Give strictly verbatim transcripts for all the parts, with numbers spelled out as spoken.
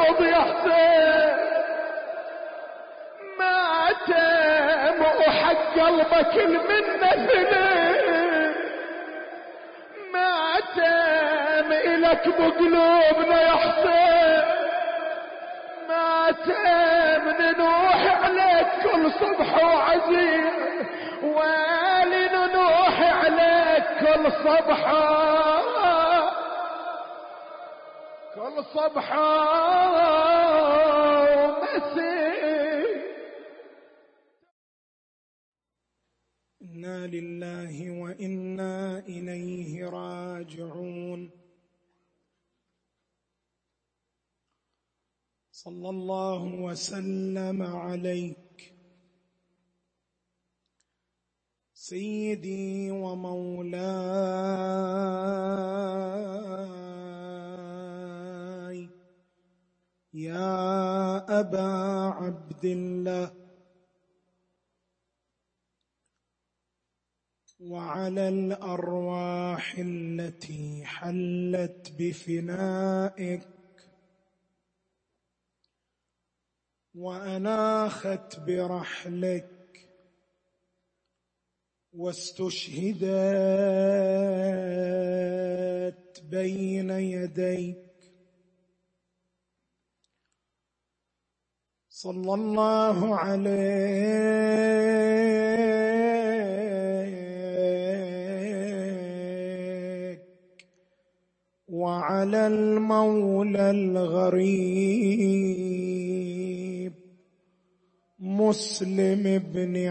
الحوض يا حسين ماتم وحق قلبك المنة ثنين ماتم إلك بقلوبنا يا حسين ماتم ننوح عليك كل صبح وعزيز والي ننوح عليك كل صبح كل صبح ومسيء. إنا لله وإنا إليه راجعون. صلى الله وسلم عليك سيدي ومولاي يا أبا عبد الله، وعلى الأرواح التي حلت بفنائك وأناخت برحلك واستشهدت بين يديك، صلى الله عليك وعلى المولى الغريب مسلم بن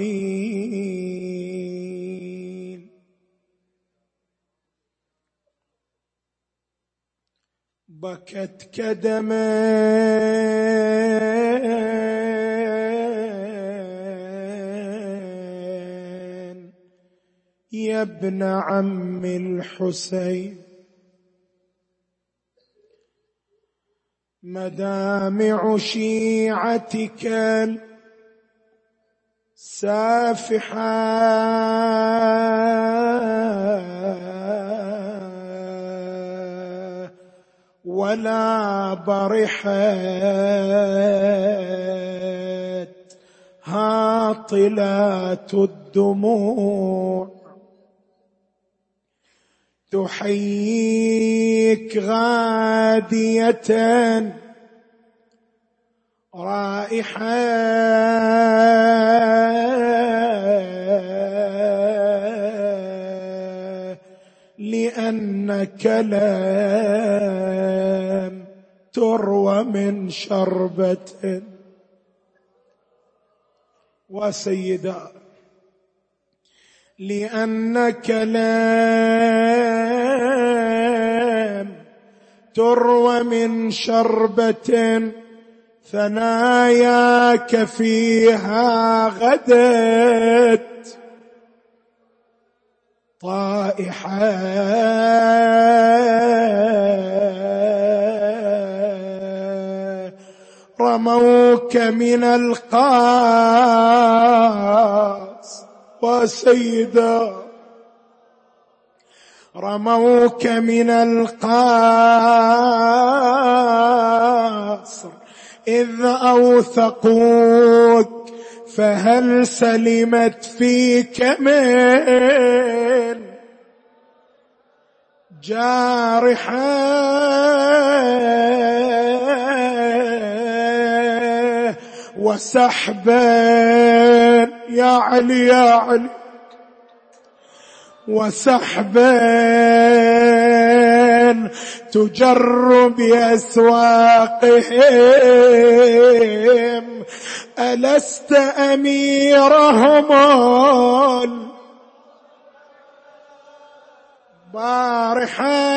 عقيل. بكت كدمين يا ابن عم الحسين، مدامع شيعتك السافحة ولا برحت هاطلات الدموع، تحييك غادية رائحة لأنك لم تروى من شربة. وسيدا لأنك لم تروى من شربة ثناياك فيها غدت طائحة، رموك من القاص وسيدا، رموك من القاصر إذ أوثقوك، فهل سلمت فيك من جارحة وسحبا يا علي يا علي وسحبا تجر بأسواقهم، ألست أميرهم البارحة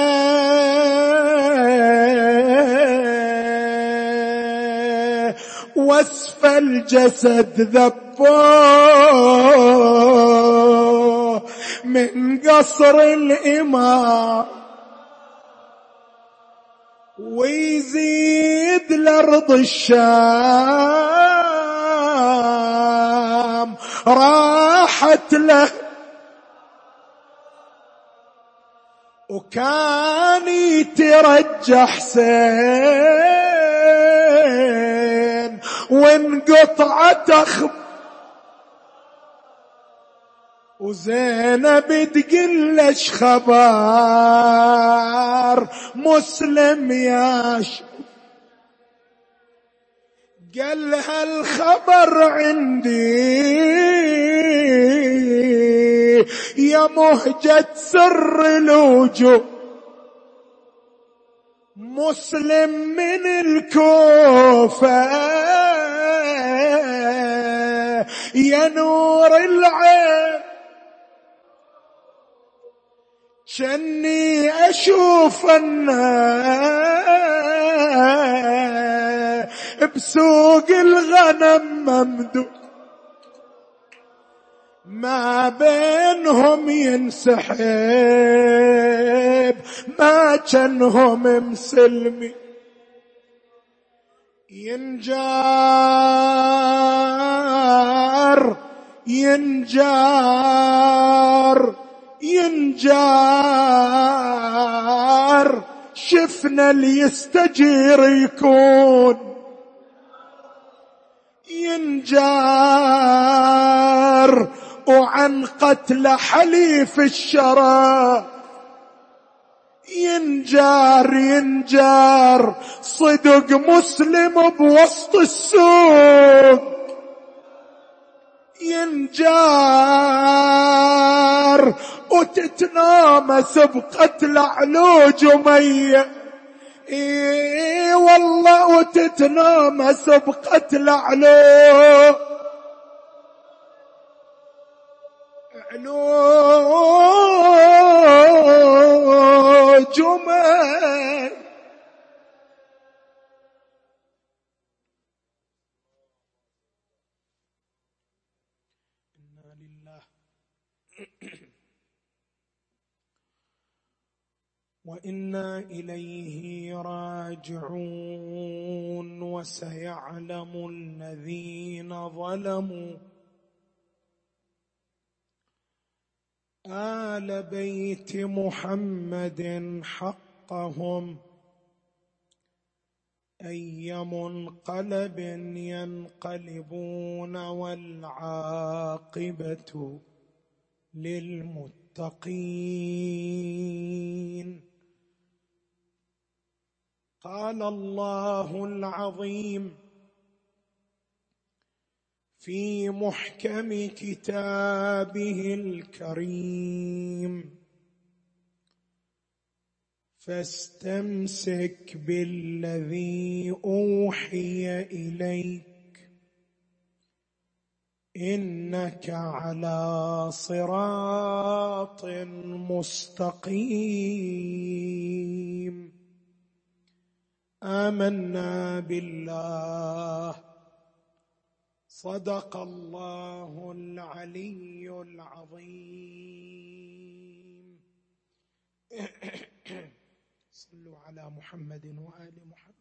وصف الجسد ذبوه من قصر الإمام، ويزيد لأرض الشام راحت له، وكان يترجى حسين وانقطعت أخبار وزينب تقول ليش خبر مسلم يا شو قال لها الخبر عندي يا مهجة سر الوجود مسلم من الكوفة يا نور العين جني أشوف الناس بسوق الغنم ممدود ما بينهم ينسحب ما كانهم مسلمين ينجار ينجار ينجار شفنا اللي يستجير يكون ينجار وعن قتل حليف الشرى ينجار ينجار صدق مسلم بوسط السوق ينجار وتتنامس بقتل علوج ومية اي والله وتتنامس بقتل علوج علوج ومية وإنا إليه راجعون وسيعلم الذين ظلموا آل بيت محمد حقهم أي منقلب ينقلبون والعاقبة للمتقين. قال الله العظيم في محكم كتابه الكريم فاستمسك بالذي أوحي إليك إنك على صراط مستقيم. آمنا بالله صدق الله العلي العظيم. صلوا على محمد وآل محمد.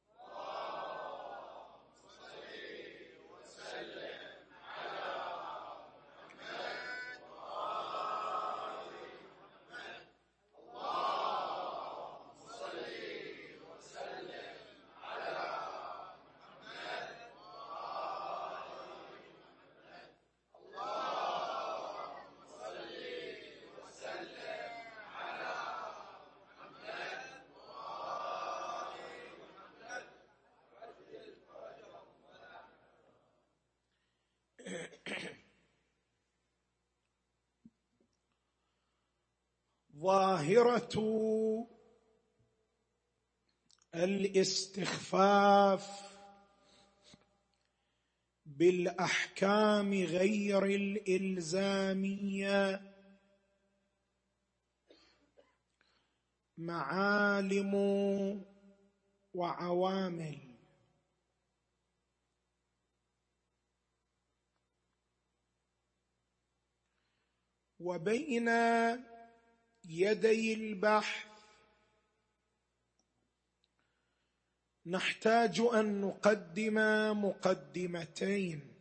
ظاهرة الاستخفاف بالأحكام غير الإلزامية معالم وعوامل. وبين يدي البحث نحتاج أن نقدم مقدمتين.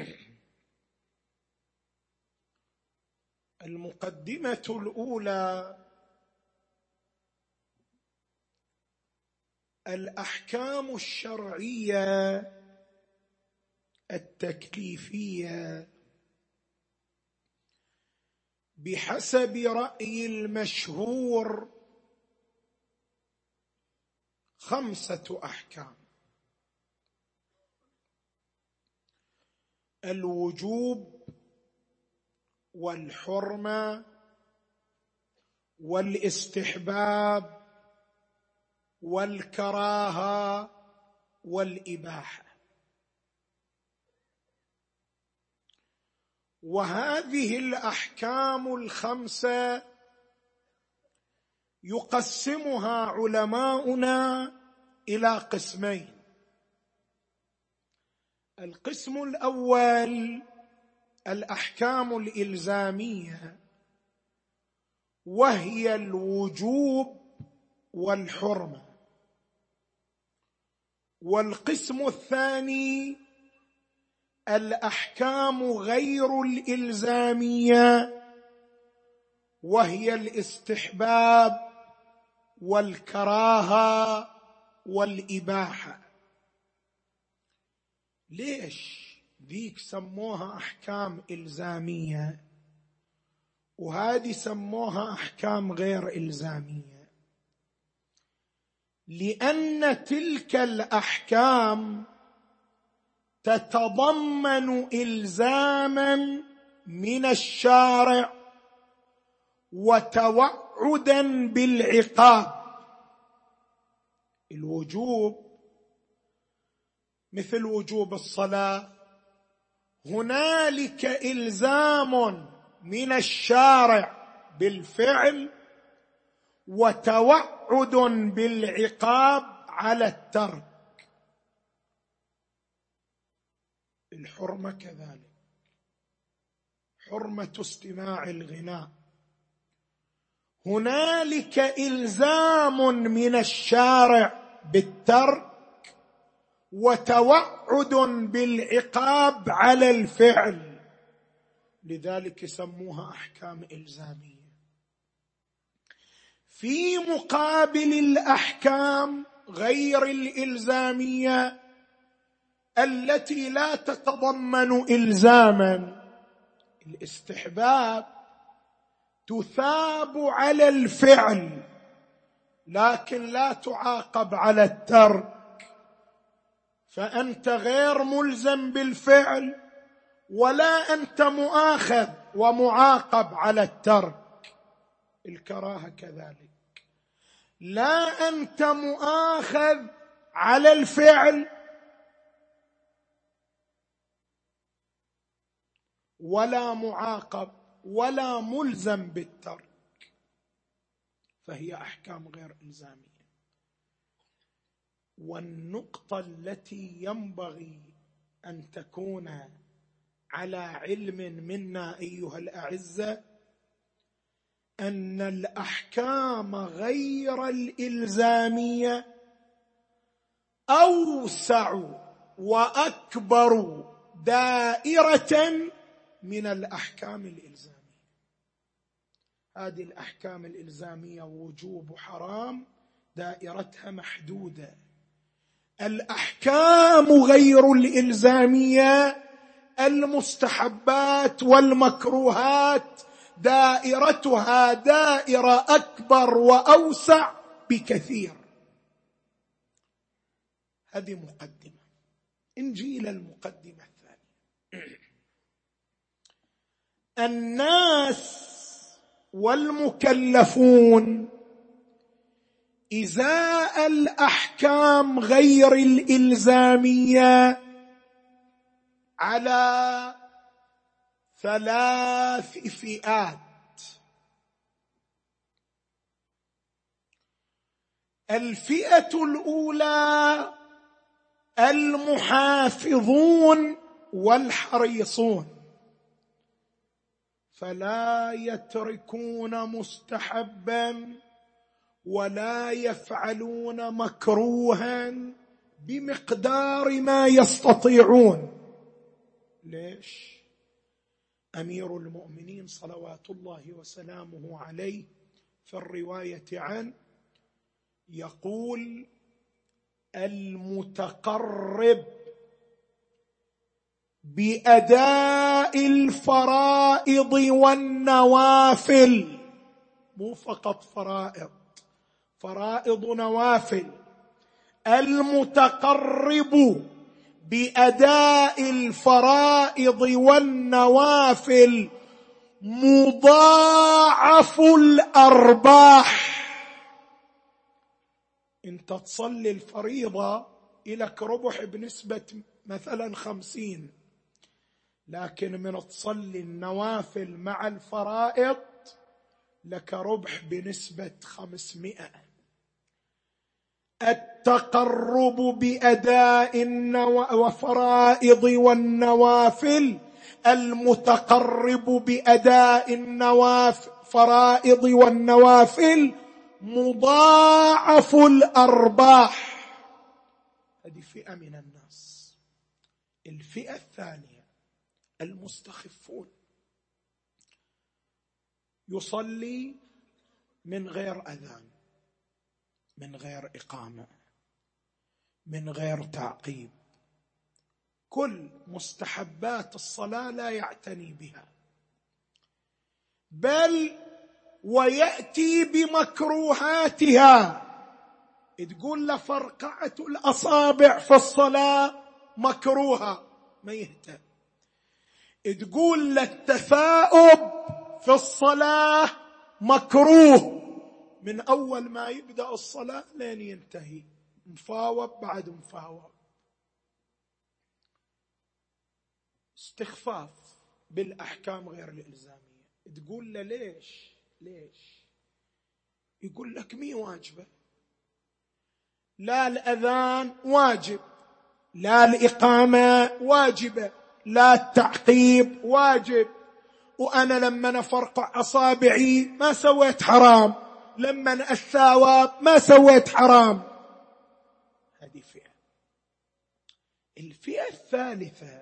المقدمة الأولى: الأحكام الشرعية التكليفية بحسب رأي المشهور خمسة أحكام: الوجوب والحرمة والاستحباب والكراهة والإباحة. وهذه الأحكام الخمسة يقسمها علماؤنا إلى قسمين: القسم الأول الأحكام الإلزامية، وهي الوجوب والحرمة. والقسم الثاني الأحكام غير الإلزامية، وهي الاستحباب والكراهة والإباحة. ليش ذيك سموها أحكام إلزامية وهذه سموها أحكام غير إلزامية؟ لأن تلك الأحكام تتضمن إلزاما من الشارع وتوعدا بالعقاب. الوجوب مثل وجوب الصلاة، هنالك إلزام من الشارع بالفعل وتوعد بالعقاب على الترك. الحرمة كذلك، حرمة استماع الغناء، هنالك إلزام من الشارع بالترك وتوعد بالعقاب على الفعل، لذلك يسموها أحكام إلزامية. في مقابل الأحكام غير الإلزامية التي لا تتضمن إلزاما، الاستحباب تثاب على الفعل لكن لا تعاقب على الترك، فأنت غير ملزم بالفعل ولا أنت مؤاخذ ومعاقب على الترك. الكراهة كذلك، لا أنت مؤاخذ على الفعل ولا معاقب ولا ملزم بالترك، فهي أحكام غير إلزامية. والنقطة التي ينبغي أن تكون على علم منا أيها الأعزة أن الأحكام غير الإلزامية أوسع وأكبر دائرة من الأحكام الإلزامية. هذه الأحكام الإلزامية وجوب وحرام دائرتها محدودة. الأحكام غير الإلزامية المستحبات والمكروهات دائرتها دائرة أكبر وأوسع بكثير. هذه مقدمة. نجي إلى المقدمة الثانية. الناس والمكلفون إزاء الأحكام غير الإلزامية على ثلاث فئات. الفئة الأولى المحافظون والحريصون، فلا يتركون مستحبا ولا يفعلون مكروها بمقدار ما يستطيعون. ليش؟ أمير المؤمنين صلوات الله وسلامه عليه في الرواية عنه يقول: المتقرب بأداء الفرائض والنوافل، مو فقط فرائض، فرائض ونوافل. المتقرب بأداء الفرائض والنوافل مضاعف الأرباح. انت تصلي الفريضة إلك ربح بنسبة مثلا خمسين، لكن من تصلي النوافل مع الفرائض لك ربح بنسبة خمسمائة. التقرب بأداء الفرائض والنوافل، المتقرب بأداء الفرائض والنوافل مضاعف الأرباح. هذه فئة من الناس. الفئة الثانية المستخفون، يصلي من غير أذان، من غير إقامة، من غير تعقيب، كل مستحبات الصلاة لا يعتني بها، بل ويأتي بمكروهاتها. تقول له فرقعة الأصابع في الصلاة مكروهة، ما يهتم. تقول له التثاؤب في الصلاة مكروه، من أول ما يبدأ الصلاة لين ينتهي مفاوض بعد مفاوض. استخفاف بالأحكام غير الإلزامية. تقول له ليش ليش يقول لك مي واجبة، لا الأذان واجب، لا الإقامة واجبة، لا التعقيب واجب، وأنا لما نفرقع أصابعي ما سويت حرام، لما الثواب ما سويت حرام. هذه فئة. الفئة الثالثة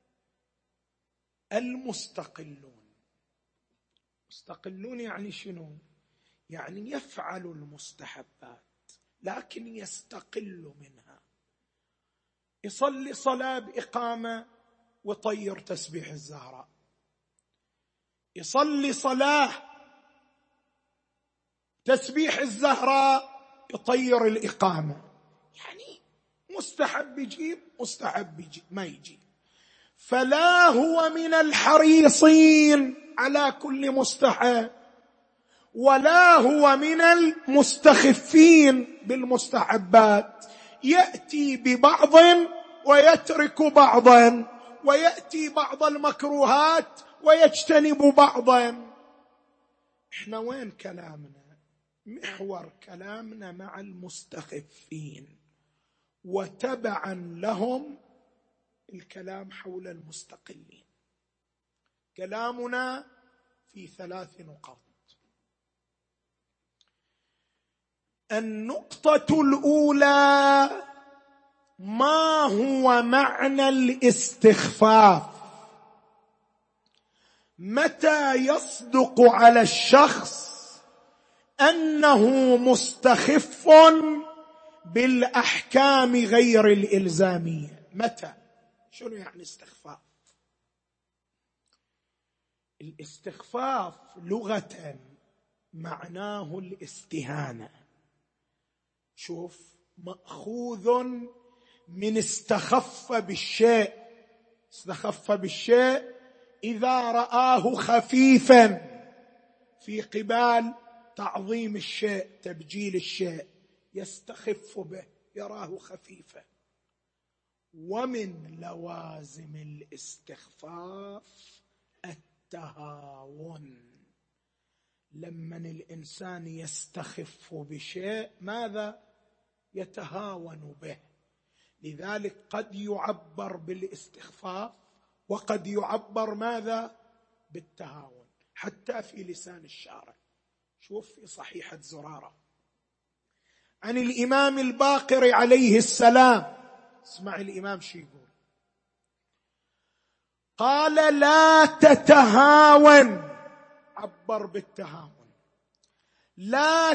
المستقلون. مستقلون يعني شنو؟ يعني يفعل المستحبات لكن يستقل منها. يصلي صلاة بإقامة وطير تسبيح الزهراء، يصلي صلاة تسبيح الزهراء يطير الإقامة. يعني مستحب يجيب، مستحب يجيب ما يجيب. فلا هو من الحريصين على كل مستحب، ولا هو من المستخفين بالمستحبات. يأتي ببعض ويترك بعضا، ويأتي بعض المكروهات ويجتنب بعضا. احنا وين كلامنا؟ محور كلامنا مع المستخفين، وتبعا لهم الكلام حول المستقلين. كلامنا في ثلاث نقاط. النقطة الأولى: ما هو معنى الاستخفاف؟ متى يصدق على الشخص أنه مستخف بالأحكام غير الإلزامية؟ متى؟ شنو يعني استخفاف؟ الاستخفاف لغة معناه الاستهانة. شوف، مأخوذ من استخف بالشيء. استخف بالشيء إذا رآه خفيفا في قبال تعظيم الشيء، تبجيل الشيء، يستخف به، يراه خفيفا. ومن لوازم الاستخفاف التهاون. لما الإنسان يستخف بشيء ماذا؟ يتهاون به. لذلك قد يعبر بالاستخفاف وقد يعبر ماذا؟ بالتهاون، حتى في لسان الشارع. شوف في صحيحة زرارة عن الإمام الباقر عليه السلام، اسمع الإمام شو يقول. قال: لا تتهاون، عبر بالتهاون، لا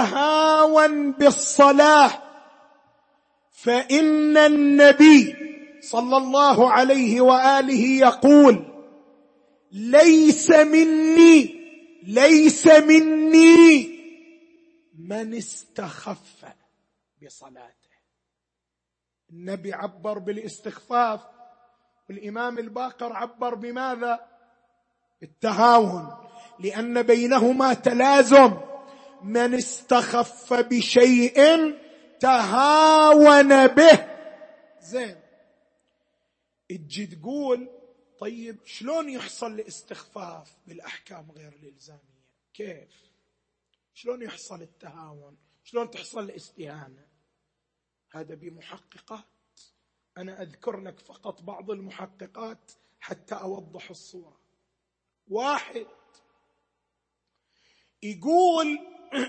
تتهاون بالصلاة، فإن النبي صلى الله عليه وآله يقول: ليس مني ليس مني من استخف بصلاته. النبي عبر بالاستخفاف، والإمام الباقر عبر بماذا؟ بالتهاون، لأن بينهما تلازم. من استخف بشيء تهاون به. زين، تجي تقول طيب شلون يحصل الاستخفاف بالأحكام غير الإلزامية؟ كيف؟ شلون يحصل التهاون؟ شلون تحصل الاستهانة؟ هذا بمحققات. أنا أذكر لك فقط بعض المحققات حتى أوضح الصورة. واحد يقول: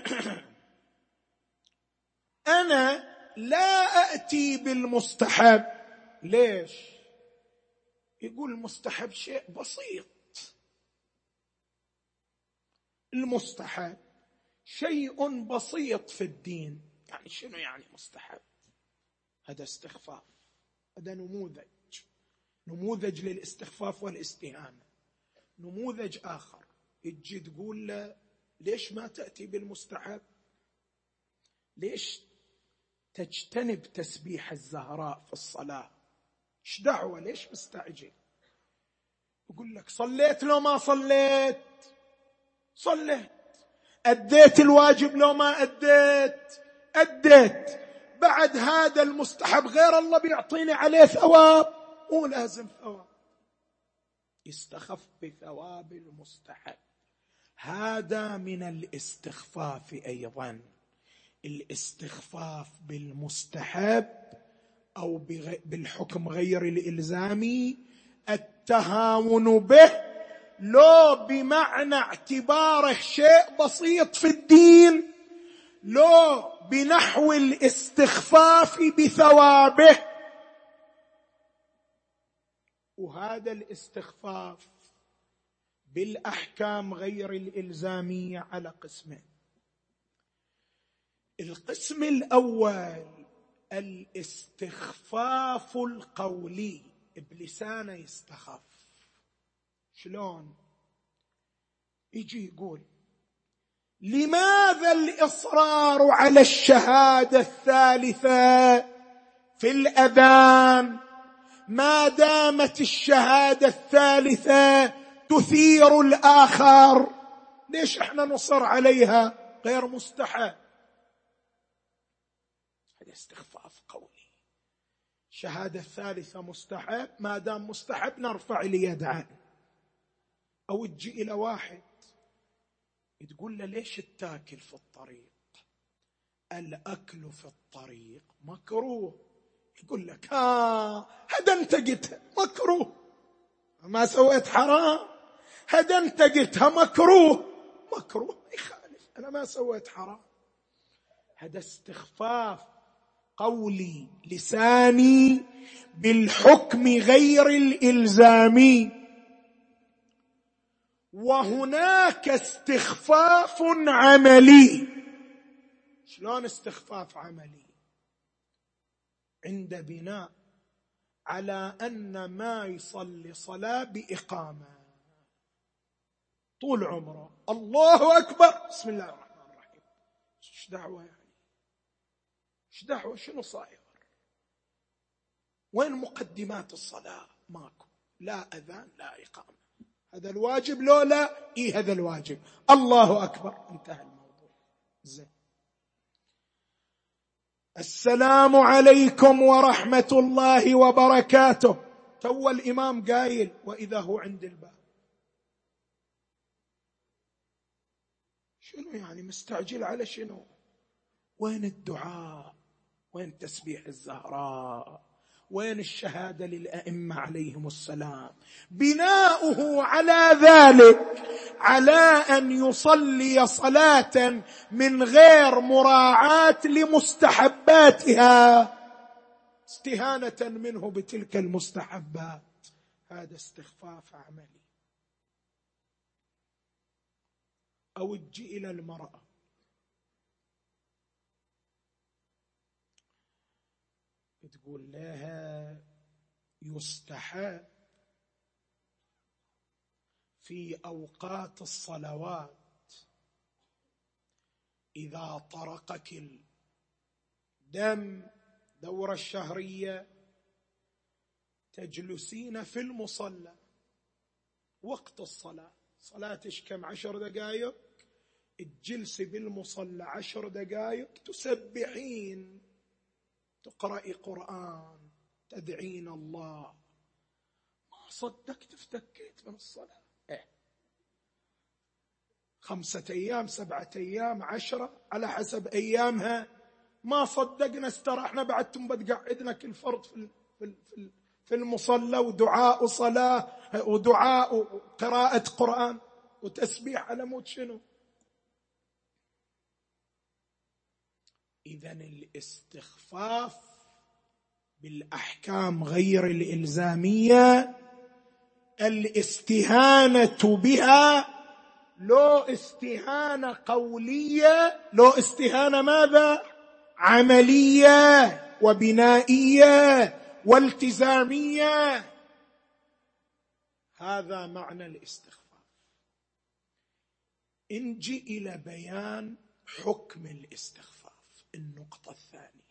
أنا لا أأتي بالمستحب. ليش؟ يقول المستحب شيء بسيط. المستحب شيء بسيط في الدين. يعني شنو يعني مستحب؟ هذا استخفاف، هذا نموذج نموذج للاستخفاف والاستهانة. نموذج آخر يجي تقول له: ليش ما تأتي بالمستحب؟ ليش تجتنب تسبيح الزهراء في الصلاة؟ ايش دعوة؟ ليش مستعجل؟ يقول لك: صليت لو ما صليت؟ صليت. أديت الواجب لو ما أديت؟ أديت. بعد هذا المستحب غير الله بيعطيني عليه ثواب، مو لازم ثواب. يستخف بثواب المستحب. هذا من الاستخفاف أيضا. الاستخفاف بالمستحب أو بالحكم غير الإلزامي التهاون به، لو بمعنى اعتباره شيء بسيط في الدين، لو بنحو الاستخفاف بثوابه. وهذا الاستخفاف بالأحكام غير الإلزامية على قسمين. القسم الأول الاستخفاف القولي، بلسانه يستخف. شلون؟ يجي يقول: لماذا الإصرار على الشهادة الثالثة في الأذان ما دامت الشهادة الثالثة تثير الآخر؟ ليش احنا نصر عليها؟ غير مستحب. هذا استخفاف قولي. الشهادة الثالثة مستحب، ما دام مستحب نرفع اليد عنه. أو تجي إلى واحد تقول له: ليش تاكل في الطريق؟ الأكل في الطريق مكروه. يقول لك: ها هذا انت قلتها مكروه، ما سويت حرام. هذا انت قلتها مكروه. مكروه يخالف، أنا ما سويت حرام. هذا استخفاف قولي لساني بالحكم غير الإلزامي. وهناك استخفاف عملي. شلون استخفاف عملي؟ عند بناء على أن ما يصلي صلاة بإقامة طول عمره الله أكبر بسم الله الرحمن الرحيم. ايش دعوة يعني؟ ايش دعوة؟ شنو صاير؟ وين مقدمات الصلاة؟ ماكو، لا أذان لا إقامة. هذا الواجب لو لا إيه هذا الواجب، الله أكبر، انتهى الموضوع. زين. السلام عليكم ورحمة الله وبركاته. تو الإمام قايل وإذا هو عند الباب. شنو يعني مستعجل على شنو؟ وين الدعاء؟ وين تسبيح الزهراء؟ وين الشهادة للأئمة عليهم السلام؟ بناؤه على ذلك، على أن يصلي صلاة من غير مراعاة لمستحباتها استهانة منه بتلك المستحبات. هذا استخفاف عملي. أو تجي إلى المرأة تقول لها: يستحب في أوقات الصلوات إذا طرقك الدم دورة الشهرية تجلسين في المصلى وقت الصلاة، صلاتش كم عشر دقائق، الجلسة بالمصلى عشر دقائق، تسبحين، تقرأي قرآن، تدعين الله. ما صدقت افتكيت من الصلاة. إيه؟ خمسة أيام سبعة أيام عشرة على حسب أيامها، ما صدقنا استرحنا بعدتم بتقعدنا كل فرد في في في المصلى ودعاء وصلاة ودعاء وقراءة قرآن وتسبيح على مود شنو. إذن الاستخفاف بالأحكام غير الإلزامية، الاستهانة بها، لو استهانة قولية، لو استهانة ماذا؟ عملية وبنائية والتزامية. هذا معنى الاستخفاف. نجي إلى بيان حكم الاستخفاف، النقطة الثانية.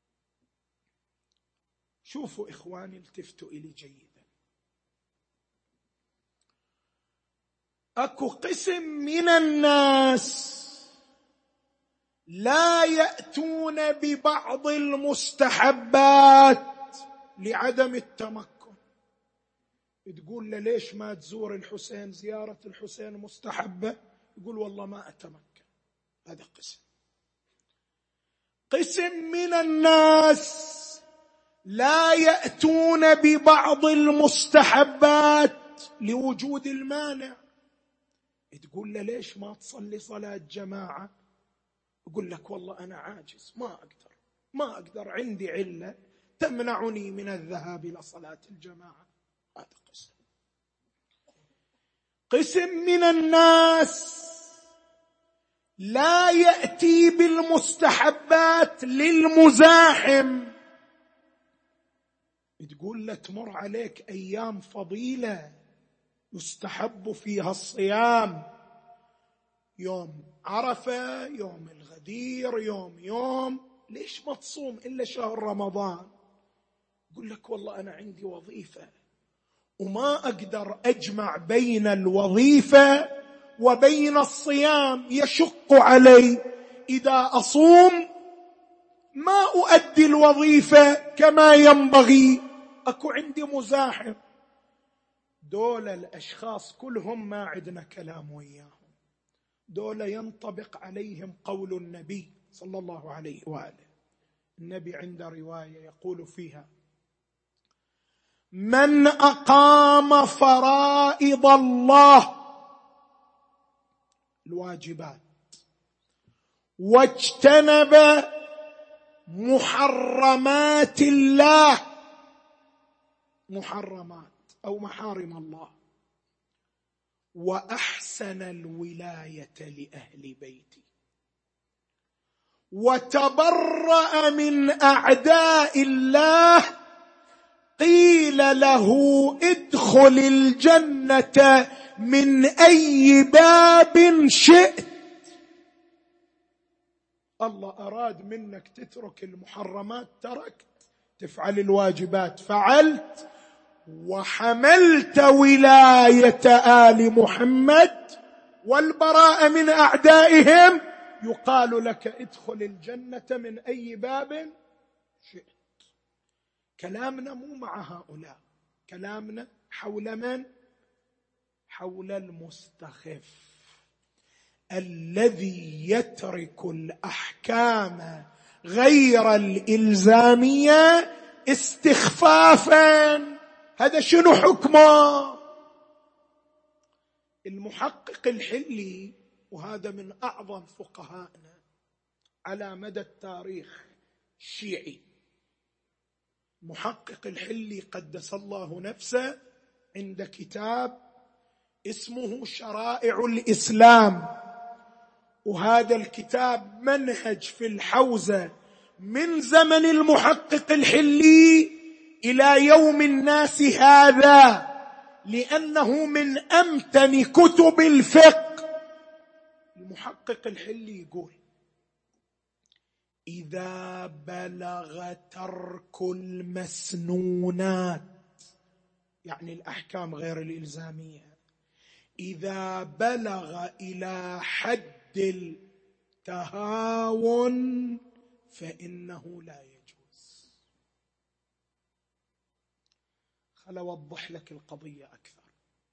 شوفوا إخواني، التفتوا إلي جيدا. أكو قسم من الناس لا يأتون ببعض المستحبات لعدم التمكن. تقول له ليش ما تزور الحسين؟ زيارة الحسين مستحبة. يقول والله ما أتمكن. هذا قسم. قسم من الناس لا يأتون ببعض المستحبات لوجود المانع. تقول له ليش ما تصلي صلاة جماعة؟ يقول لك والله أنا عاجز، ما أقدر ما أقدر عندي علة تمنعني من الذهاب إلى صلاة الجماعة. هذا قسم. قسم من الناس لا يأتي بالمستحبات للمزاحم. تقول له تمر عليك أيام فضيلة يستحب فيها الصيام، يوم عرفة، يوم الغدير، يوم يوم، ليش ما تصوم إلا شهر رمضان؟ يقول لك والله أنا عندي وظيفة وما أقدر أجمع بين الوظيفة وبين الصيام، يشق علي، إذا أصوم ما أؤدي الوظيفة كما ينبغي، أكو عندي مزاحم. دول الأشخاص كلهم ما عندنا كلام وياهم، دول ينطبق عليهم قول النبي صلى الله عليه وآله. النبي عند رواية يقول فيها: من أقام فرائض الله الواجبات واجتنب محرمات الله، محرمات أو محارم الله، وأحسن الولاية لأهل بيتي وتبرأ من أعداء الله، قيل له ادخل الجنة من أي باب شئت. الله أراد منك تترك المحرمات تركت، تفعل الواجبات فعلت، وحملت ولاية آل محمد والبراءة من أعدائهم، يقال لك ادخل الجنة من أي باب شئت. كلامنا مو مع هؤلاء، كلامنا حول من؟ حول المستخف الذي يترك الأحكام غير الإلزامية استخفافا. هذا شنو حكمه؟ المحقق الحلي، وهذا من أعظم فقهائنا على مدى التاريخ الشيعي، محقق الحلي قدس الله نفسه، عند كتاب اسمه شرائع الإسلام، وهذا الكتاب منهج في الحوزة من زمن المحقق الحلي إلى يوم الناس هذا، لأنه من أمتن كتب الفقه. المحقق الحلي يقول: إذا بلغ ترك المسنونات، يعني الأحكام غير الإلزامية، إذا بلغ إلى حد التهاون فإنه لا يجوز. خل أوضح لك القضية أكثر.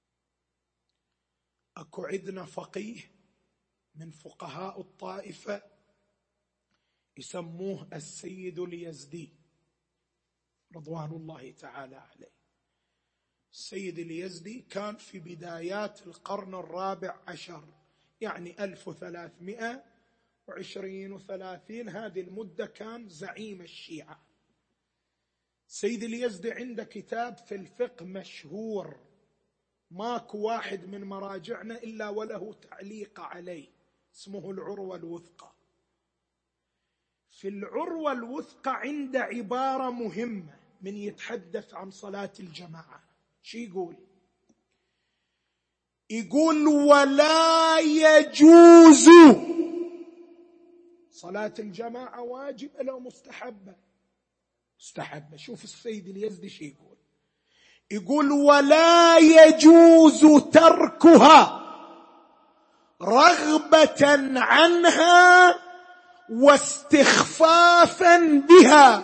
أكو عندنا فقيه من فقهاء الطائفة يسموه السيد اليزدي رضوان الله تعالى عليه. السيد اليزدي كان في بدايات القرن الرابع عشر، يعني ألف وثلاثمائة وعشرين وثلاثين، هذه المدة كان زعيم الشيعة. السيد اليزدي عنده كتاب في الفقه مشهور، ماكو واحد من مراجعنا إلا وله تعليق عليه، اسمه العروة الوثقى. في العروة الوثقى عنده عبارة مهمة من يتحدث عن صلاة الجماعة. شو يقول؟ يقول: ولا يجوز صلاة الجماعة واجبة لو مستحبة. مستحبة. شوف السيد اليزدي شو يقول. يقول: ولا يجوز تركها رغبة عنها واستخفافا بها.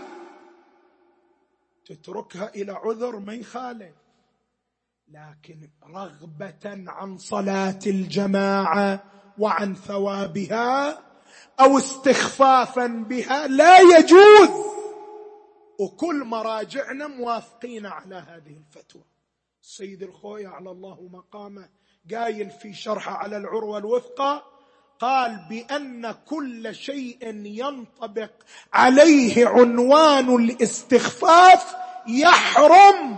تتركها إلى عذر ما يخالف، لكن رغبة عن صلاة الجماعة وعن ثوابها أو استخفافا بها لا يجوز. وكل مراجعنا موافقين على هذه الفتوى. السيد الخوي على الله مقامه قايل في شرحه على العروة الوثقى، قال بأن كل شيء ينطبق عليه عنوان الاستخفاف يحرم.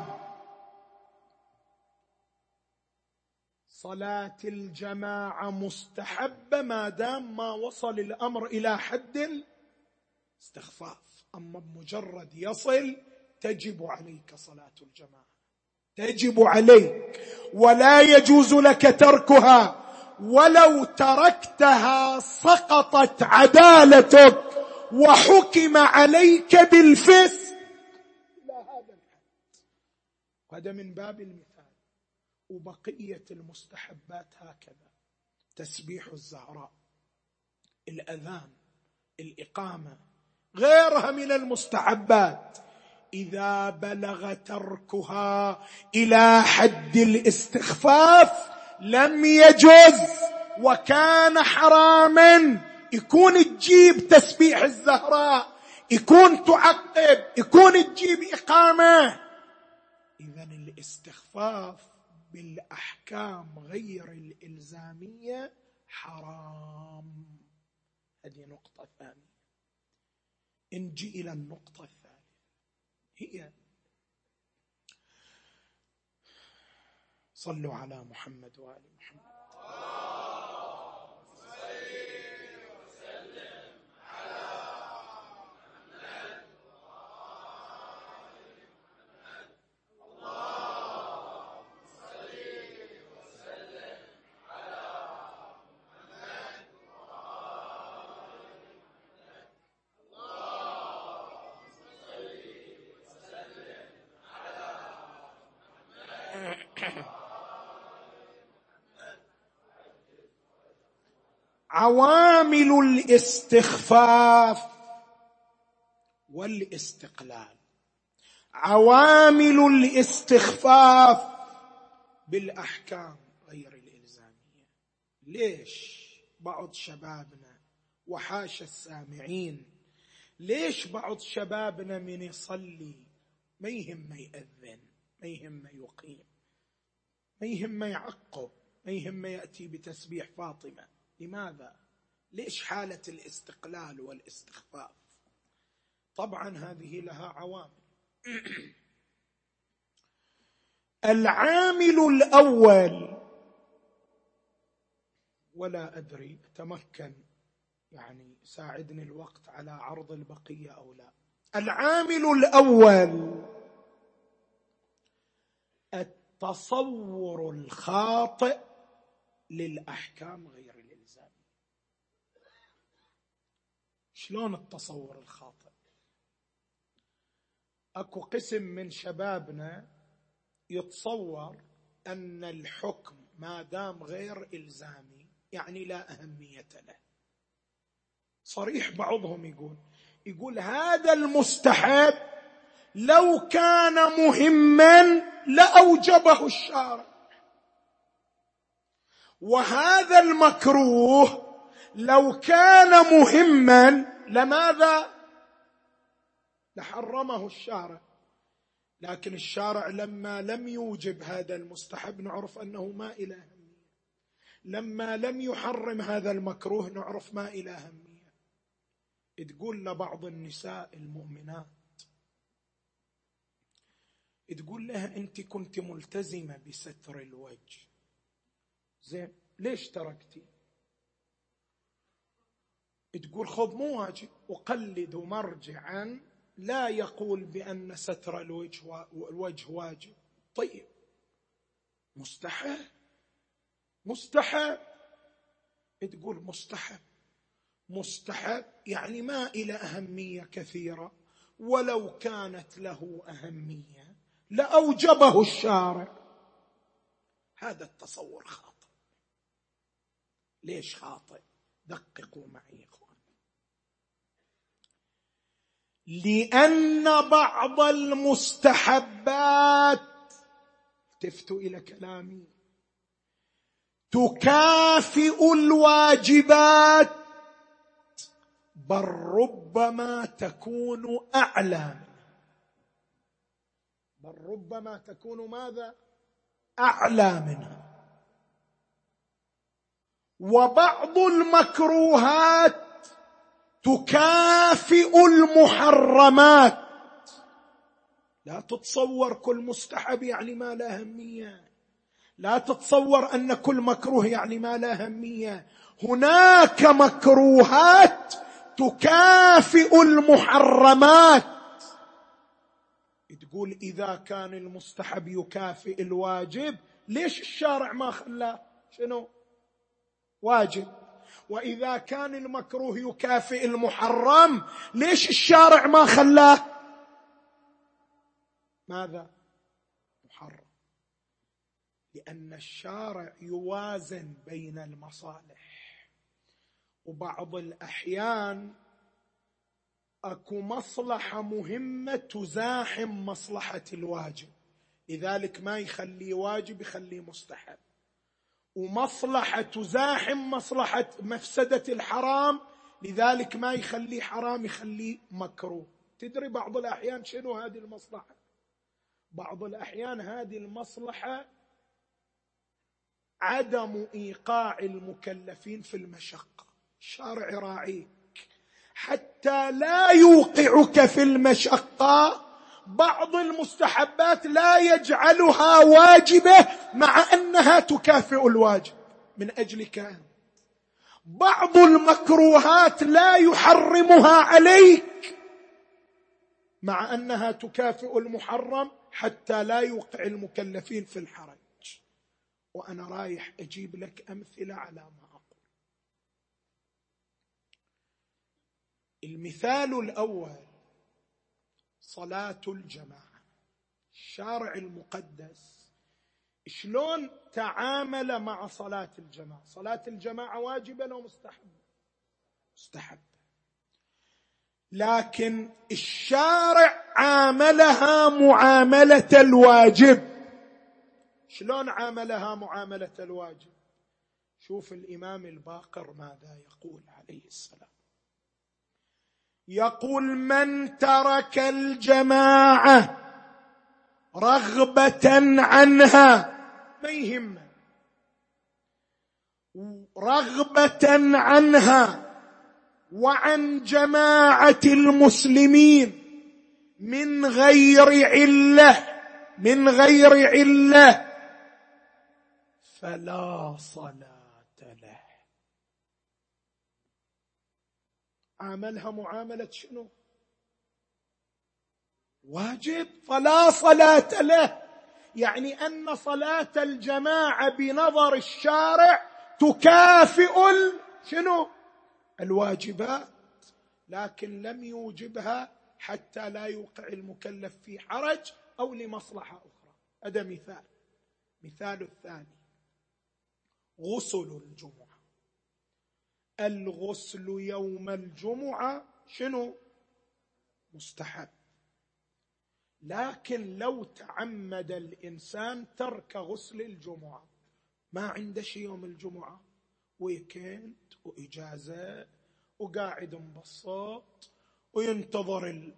صلاة الجماعة مستحبة ما دام ما وصل الأمر إلى حد الاستخفاف، أما بمجرد يصل تجب عليك صلاة الجماعة، تجب عليك، ولا يجوز لك تركها، ولو تركتها سقطت عدالتك وحكم عليك بالفسق إلى هذا الحد. هذا من باب المثال. وبقية المستحبات هكذا: تسبيح الزهراء، الأذان، الإقامة، غيرها من المستحبات، إذا بلغ تركها إلى حد الاستخفاف لم يجوز وكان حراما. يكون تجيب تسبيح الزهراء، يكون تعقب، يكون تجيب إقامة. إذن الاستخفاف بالأحكام غير الإلزامية حرام. هذه نقطة ثانية. نجي إلى النقطة الثالثة، هي صلوا على محمد وآل محمد. عوامل الاستخفاف والاستقلال. عوامل الاستخفاف بالأحكام غير الإلزامية. ليش بعض شبابنا وحاشا السامعين، ليش بعض شبابنا من يصلي ما يهم يأذن، ما يهم يقيم، ما يهم يعقب، ما يهم يأتي بتسبيح فاطمة؟ لماذا؟ ليش حالة الاستقلال والاستخفاف؟ طبعا هذه لها عوامل. العامل الأول، ولا أدري أتمكن يعني ساعدني الوقت على عرض البقية أو لا. العامل الأول التصور الخاطئ للأحكام غير الإلزامية. شلون التصور الخاطئ؟ أكو قسم من شبابنا يتصور أن الحكم ما دام غير إلزامي يعني لا أهمية له. صريح بعضهم يقول يقول هذا المستحب لو كان مهما لأوجبه الشارع، وهذا المكروه لو كان مهما لماذا لحرمه الشارع. لكن الشارع لما لم يوجب هذا المستحب نعرف أنه ما إلى أهمية، لما لم يحرم هذا المكروه نعرف ما إلى أهمية. تقول لبعض النساء المؤمنات، تقول لها أنت كنت ملتزمة بستر الوجه، زين ليش تركتي؟ تقول خذ مو واجب، أقلد مرجعا لا يقول بأن ستر الوجه الوجه واجب. طيب مستحب مستحب تقول مستحب مستحب يعني ما إلى أهمية كثيرة، ولو كانت له أهمية لأوجبه الشارع. هذا التصور خاطئ. ليش خاطئ؟ دققوا معي يا إخوان. لأن بعض المستحبات، التفتوا إلى كلامي، تكافئ الواجبات، بل ربما تكون أعلى منها. بل ربما تكون ماذا؟ أعلى منها. وبعض المكروهات تكافئ المحرمات. لا تتصور كل مستحب يعني ما له أهمية، لا تتصور أن كل مكروه يعني ما له أهمية. هناك مكروهات تكافئ المحرمات. تقول إذا كان المستحب يكافئ الواجب ليش الشارع ما خلاه شنو واجب؟ وإذا كان المكروه يكافئ المحرم ليش الشارع ما خلاه ماذا محرم؟ لأن الشارع يوازن بين المصالح، وبعض الأحيان أكو مصلحة مهمة تزاحم مصلحة الواجب، لذلك ما يخلي واجب يخلي مستحب، ومصلحة تزاحم مصلحة مفسدة الحرام لذلك ما يخلي حرام يخلي مكروه. تدري بعض الأحيان شنو هذه المصلحة؟ بعض الأحيان هذه المصلحة عدم إيقاع المكلفين في المشقة. الشارع يراعيك حتى لا يوقعك في المشقة. بعض المستحبات لا يجعلها واجبة مع أنها تكافئ الواجب من أجلك. بعض المكروهات لا يحرمها عليك مع أنها تكافئ المحرم حتى لا يوقع المكلفين في الحرج. وأنا رايح أجيب لك أمثلة على ما أقول. المثال الأول صلاة الجماعة. الشارع المقدس شلون تعامل مع صلاة الجماعة؟ صلاة الجماعة واجبة أو مستحبة؟ مستحبة. لكن الشارع عاملها معاملة الواجب. شلون عاملها معاملة الواجب؟ شوف الإمام الباقر ماذا يقول عليه السلام. يقول من ترك الجماعة رغبة عنها، ما يهمه، رغبة عنها وعن جماعة المسلمين من غير علة من غير علة فلا صلاة له. عاملها معاملة شنو؟ واجب. فلا صلاة له، يعني أن صلاة الجماعة بنظر الشارع تكافئ شنو الواجبات، لكن لم يوجبها حتى لا يوقع المكلف في حرج أو لمصلحة أخرى. هذا مثال. مثال الثاني غسل الجمعة. الغسل يوم الجمعة شنو مستحب، لكن لو تعمد الإنسان ترك غسل الجمعة، ما عنده شيء يوم الجمعة، ويكند وإجازة وقاعد مبسط وينتظر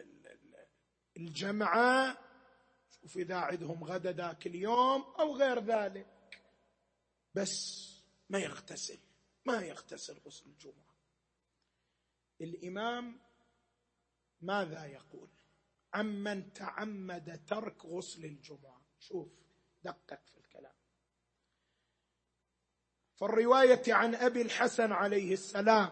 الجمعة، شوف إذا عندهم غدا ذاك اليوم أو غير ذلك، بس ما يغتسل ما يغتسل غسل الجمعة. الإمام ماذا يقول عمن تعمد ترك غسل الجمعة؟ شوف دقق في الكلام. فالرواية عن أبي الحسن عليه السلام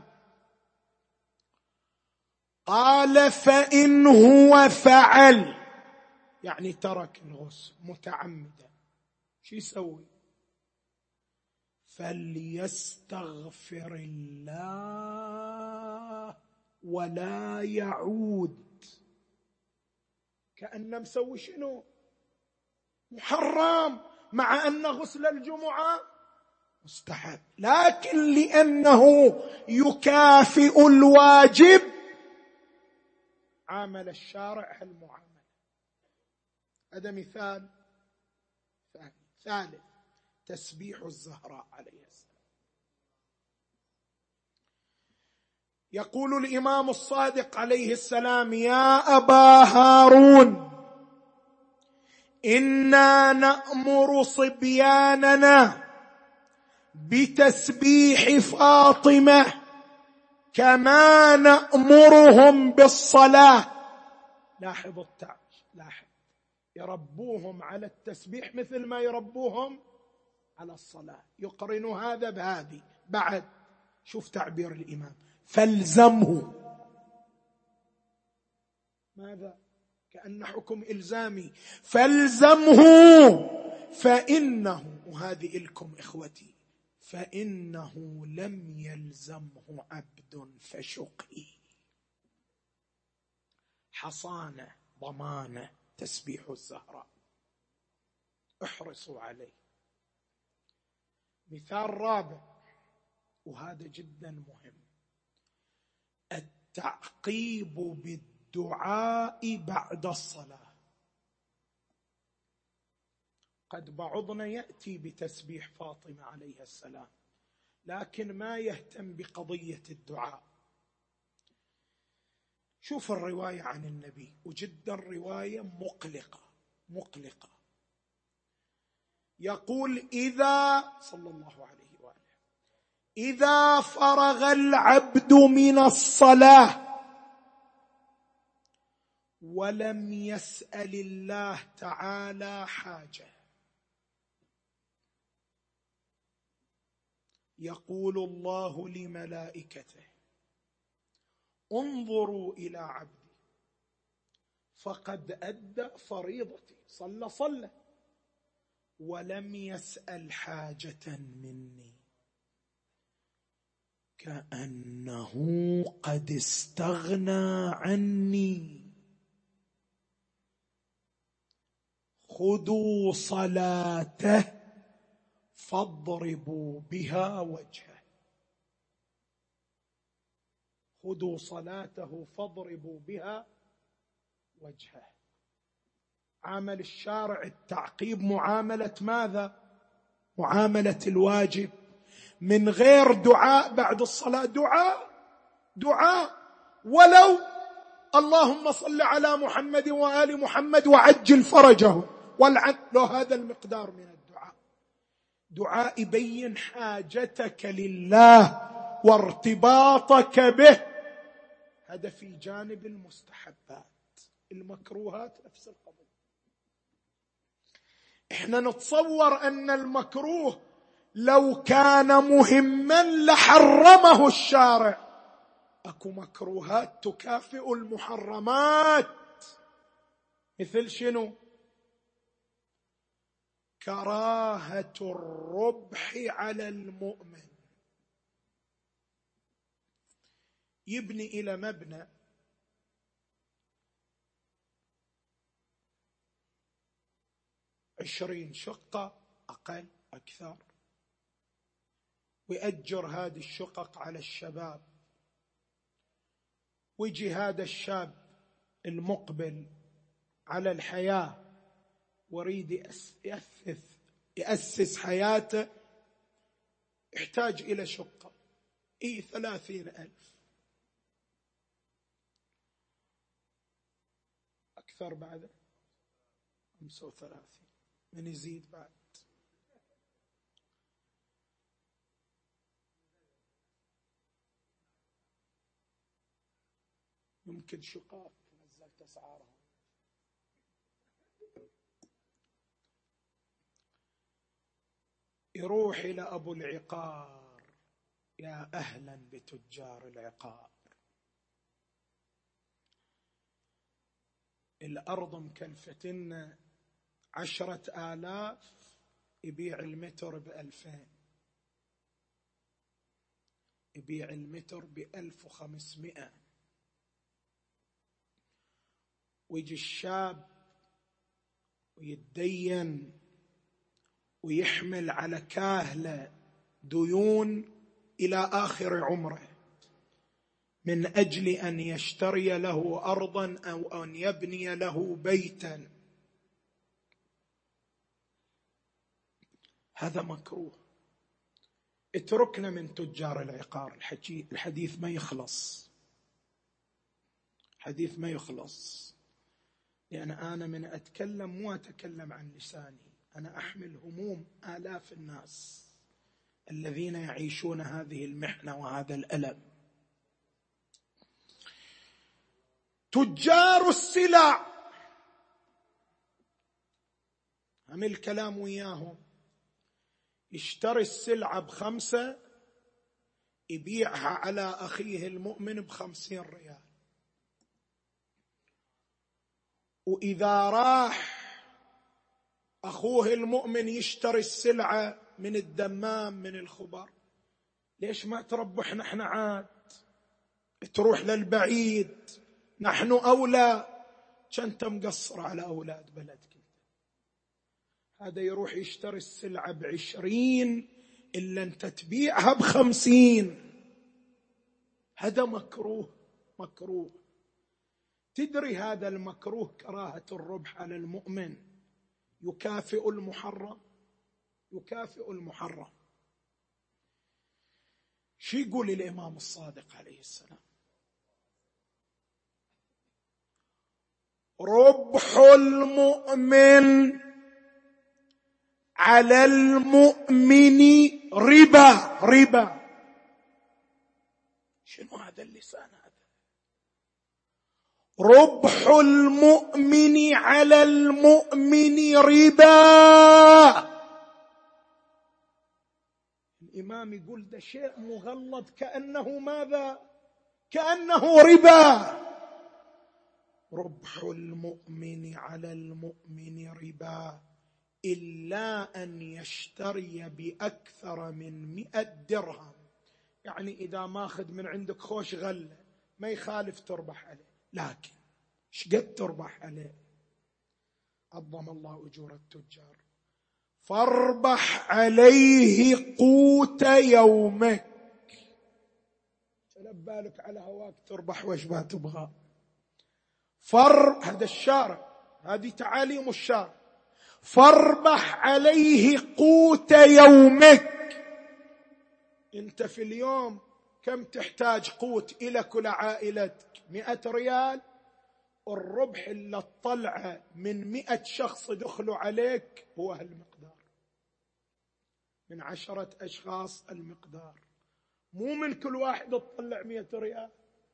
قال فإن هو فعل، يعني ترك الغسل متعمدا، شو يسوي؟ فليستغفر الله ولا يعود. كأنه مسوي شنو محرم، مع أن غسل الجمعة مستحب، لكن لأنه يكافئ الواجب عامل الشارع المعاملة. هذا مثال ثاني. ثالث تسبيح الزهراء عليه السلام. يقول الإمام الصادق عليه السلام يا أبا هارون إنا نأمر صبياننا بتسبيح فاطمة كما نأمرهم بالصلاة. لاحظ التعب، لاحظ يربوهم على التسبيح مثل ما يربوهم على الصلاة، يقرن هذا بهذه. بعد شوف تعبير الإمام فالزمه، ماذا؟ كأن حكم إلزامي، فالزمه فإنه، وهذه إلكم إخوتي، فإنه لم يلزمه عبد فشقي. حصانة ضمانة تسبيح الزهراء، احرصوا عليه. مثال رابع وهذا جدا مهم، التعقيب بالدعاء بعد الصلاة. قد بعضنا يأتي بتسبيح فاطمة عليها السلام لكن ما يهتم بقضية الدعاء. شوف الرواية عن النبي، وجدا رواية مقلقة مقلقة. يقول إذا صلى الله عليه وآله إذا فرغ العبد من الصلاة ولم يسأل الله تعالى حاجة، يقول الله لملائكته انظروا إلى عبدي فقد أدى فريضتي، صلى صلى ولم يسأل حاجة مني، كأنه قد استغنى عني. خذوا صلاته فاضربوا بها وجهه، خذوا صلاته فاضربوا بها وجهه. عامل الشارع التعقيب معاملة ماذا؟ معاملة الواجب، من غير دعاء بعد الصلاة. دعاء دعاء ولو اللهم صل على محمد وآل محمد وعجل فرجه والعن له، هذا المقدار من الدعاء. دعاء يبين حاجتك لله وارتباطك به، هذا في جانب المستحبات. المكروهات نفس القضية. احنا نتصور أن المكروه لو كان مهما لحرمه الشارع. اكو مكروهات تكافئ المحرمات، مثل شنو؟ كراهة الربح على المؤمن. يبني إلى مبنى عشرين شقة أقل أكثر، ويأجر هذه الشقق على الشباب، ويجي هذا الشاب المقبل على الحياة ويريد يأسس يأسس حياته، يحتاج إلى شقة إيه ثلاثين ألف أكثر، بعد خمسة وثلاثين من يزيد بعد. يمكن شقات نزلت أسعارها. يروح إلى أبو العقار: يا أهلا بتجار العقار، الأرض مكلفتنا عشرة آلاف، يبيع المتر بألفين، يبيع المتر بألف وخمسمائة. ويجي الشاب ويتدين ويحمل على كاهله ديون إلى آخر عمره من أجل أن يشتري له أرضا أو أن يبني له بيتا. هذا مكروه. اتركنا من تجار العقار، الحديث ما يخلص، حديث ما يخلص، لأن أنا من أتكلم مو أتكلم عن لساني، أنا أحمل هموم آلاف الناس الذين يعيشون هذه المحنة وهذا الألم. تجار السلع هم الكلام وياهم، يشتري السلعة بخمسة يبيعها على أخيه المؤمن بخمسين ريال، وإذا راح أخوه المؤمن يشتري السلعة من الدمام من الخبر، ليش ما تربحنا احنا عاد، تروح للبعيد، نحن أولى، كنت مقصر على أولاد بلدك. هذا يروح يشتري السلعة بعشرين إلا أنت تبيعها بخمسين. هذا مكروه، مكروه. تدري هذا المكروه كراهة الربح على المؤمن يكافئ المحرم، يكافئ المحرم. شو يقول الإمام الصادق عليه السلام؟ ربح المؤمن على المؤمن ربا. ربا شنو هذا اللسان هذا؟ ربح المؤمن على المؤمن ربا. الإمام يقول ده شيء مغلظ، كأنه ماذا؟ كأنه ربا. ربح المؤمن على المؤمن ربا إلا أن يشتري بأكثر من مئة درهم. يعني إذا ماخذ من عندك خوش غلة ما يخالف تربح عليه، لكن شقد تربح عليه؟ عظم الله أجور التجار. فاربح عليه قوت يومك. سلب بالك على هواك تربح وش ما تبغى. فر هذا الشارع، هذه تعاليم الشارع. فاربح عليه قوت يومك. انت في اليوم كم تحتاج قوت إلك ولعائلتك؟ مئة ريال. الربح اللي تطلعه من مئة شخص دخلوا عليك هو هالمقدار، من عشرة أشخاص المقدار، مو من كل واحد تطلع مئة ريال.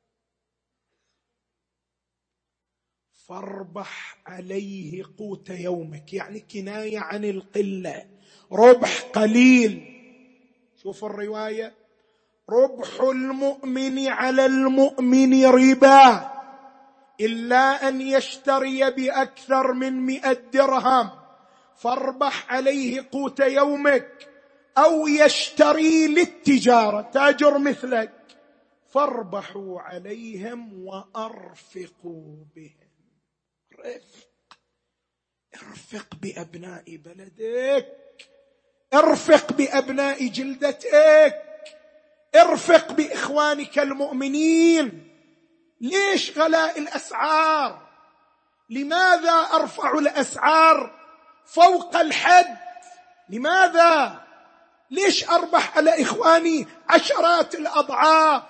فاربح عليه قوت يومك، يعني كناية عن القلة، ربح قليل. شوف الرواية: ربح المؤمن على المؤمن ربا إلا أن يشتري بأكثر من مئة درهم، فاربح عليه قوت يومك، أو يشتري للتجارة تاجر مثلك، فاربحوا عليهم وأرفقوا بهم. رفق، ارفق بأبناء بلدك، ارفق بأبناء جلدتك، ارفق بإخوانك المؤمنين. ليش غلاء الأسعار؟ لماذا أرفع الأسعار فوق الحد؟ لماذا؟ ليش أربح على إخواني عشرات الأضعاف؟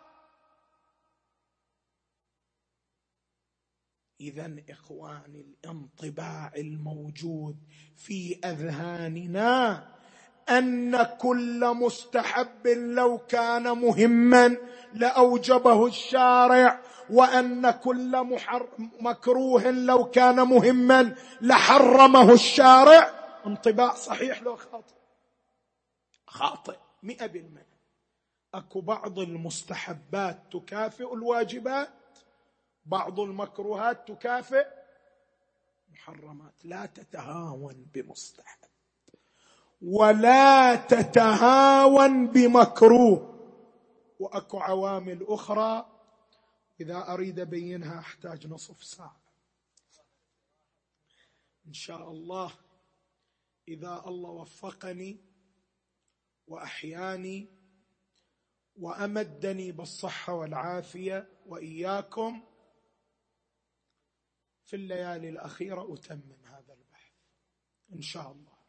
إذن إخواني، الانطباع الموجود في أذهاننا أن كل مستحب لو كان مهما لأوجبه الشارع، وأن كل مكروه لو كان مهما لحرمه الشارع. انطباع صحيح لو خاطئ؟ خاطئ مئة بالمئة. أكو بعض المستحبات تكافئ الواجبات، بعض المكروهات تكافئ محرمات. لا تتهاون بمستحب ولا تتهاون بمكروه. وأكو عوامل أخرى إذا أريد أبينها أحتاج نصف ساعة إن شاء الله، إذا الله وفقني وأحياني وأمدني بالصحة والعافية وإياكم في الليالي الأخيرة أتمم هذا البحث إن شاء الله.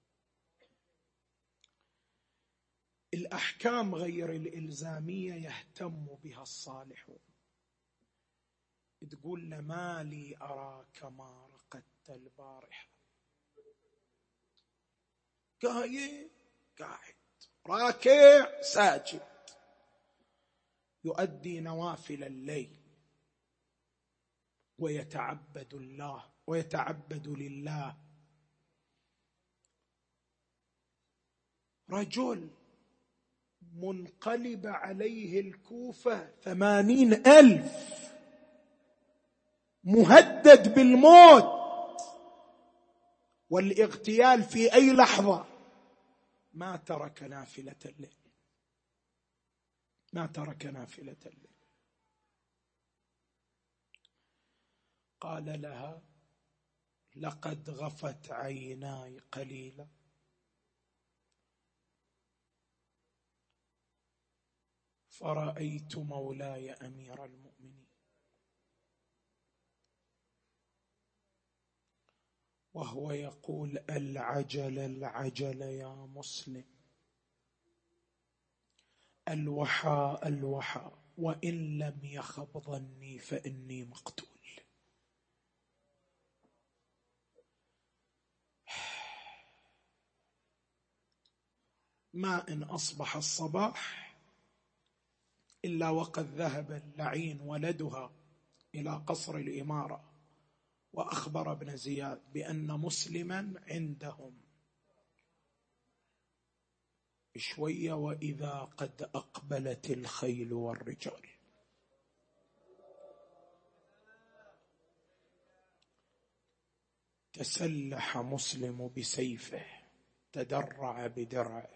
الأحكام غير الإلزامية يهتم بها الصالحون. تقول له ما لي أراك ما رقدت البارحة، قايم قاعد راكع ساجد يؤدي نوافل الليل ويتعبد الله ويتعبد لله. رجل منقلب عليه الكوفة ثمانين ألف، مهدد بالموت والاغتيال في أي لحظة، ما ترك نافلة الليل، ما ترك نافلة الليل. قال لها لقد غفت عيناي قليلا فرأيت مولاي أمير المؤمنين وهو يقول العجل العجل يا مسلم، الوحى الوحى، وإن لم يخب ظني فإني مقتول. ما إن أصبح الصباح إلا وقد ذهب اللعين ولدها إلى قصر الإمارة وأخبر ابن زياد بأن مسلما عندهم شوية وإذا قد أقبلت الخيل والرجال. تسلح مسلم بسيفه، تدرع بدرعه،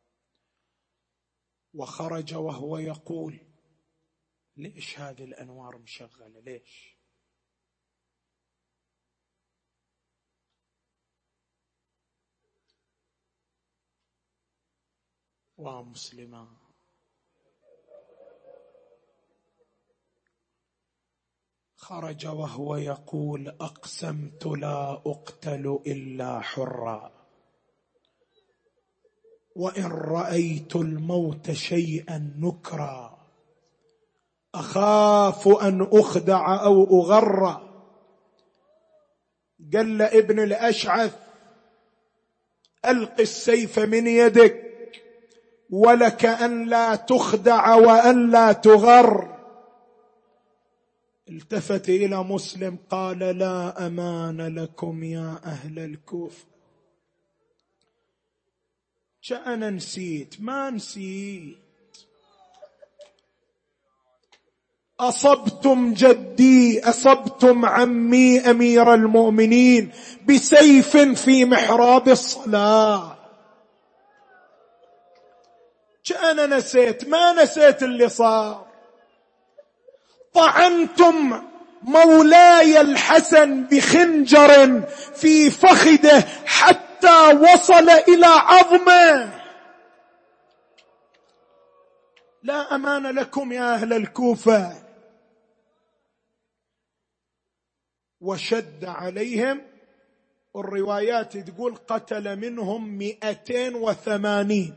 وخرج وهو يقول ليش هذه الأنوار مشغلة؟ ليش؟ ومسلما خرج وهو يقول أقسمت لا أقتل إلا حرا، وإن رأيت الموت شيئا نكرا أخاف أن أخدع أو أغر. قال لابن الأشعث ألق السيف من يدك ولك أن لا تخدع وأن لا تغر. التفت إلى مسلم قال لا أمان لكم يا أهل الكوفة. أنا نسيت؟ ما نسيت. أصبتم جدي، أصبتم عمي أمير المؤمنين بسيف في محراب الصلاة. أنا نسيت، ما نسيت اللي صار. طعنتم مولاي الحسن بخنجر في فخذه حتى وصل إلى عظمه. لا أمان لكم يا أهل الكوفة. وشد عليهم، والروايات تقول قتل منهم مئتين وثمانين.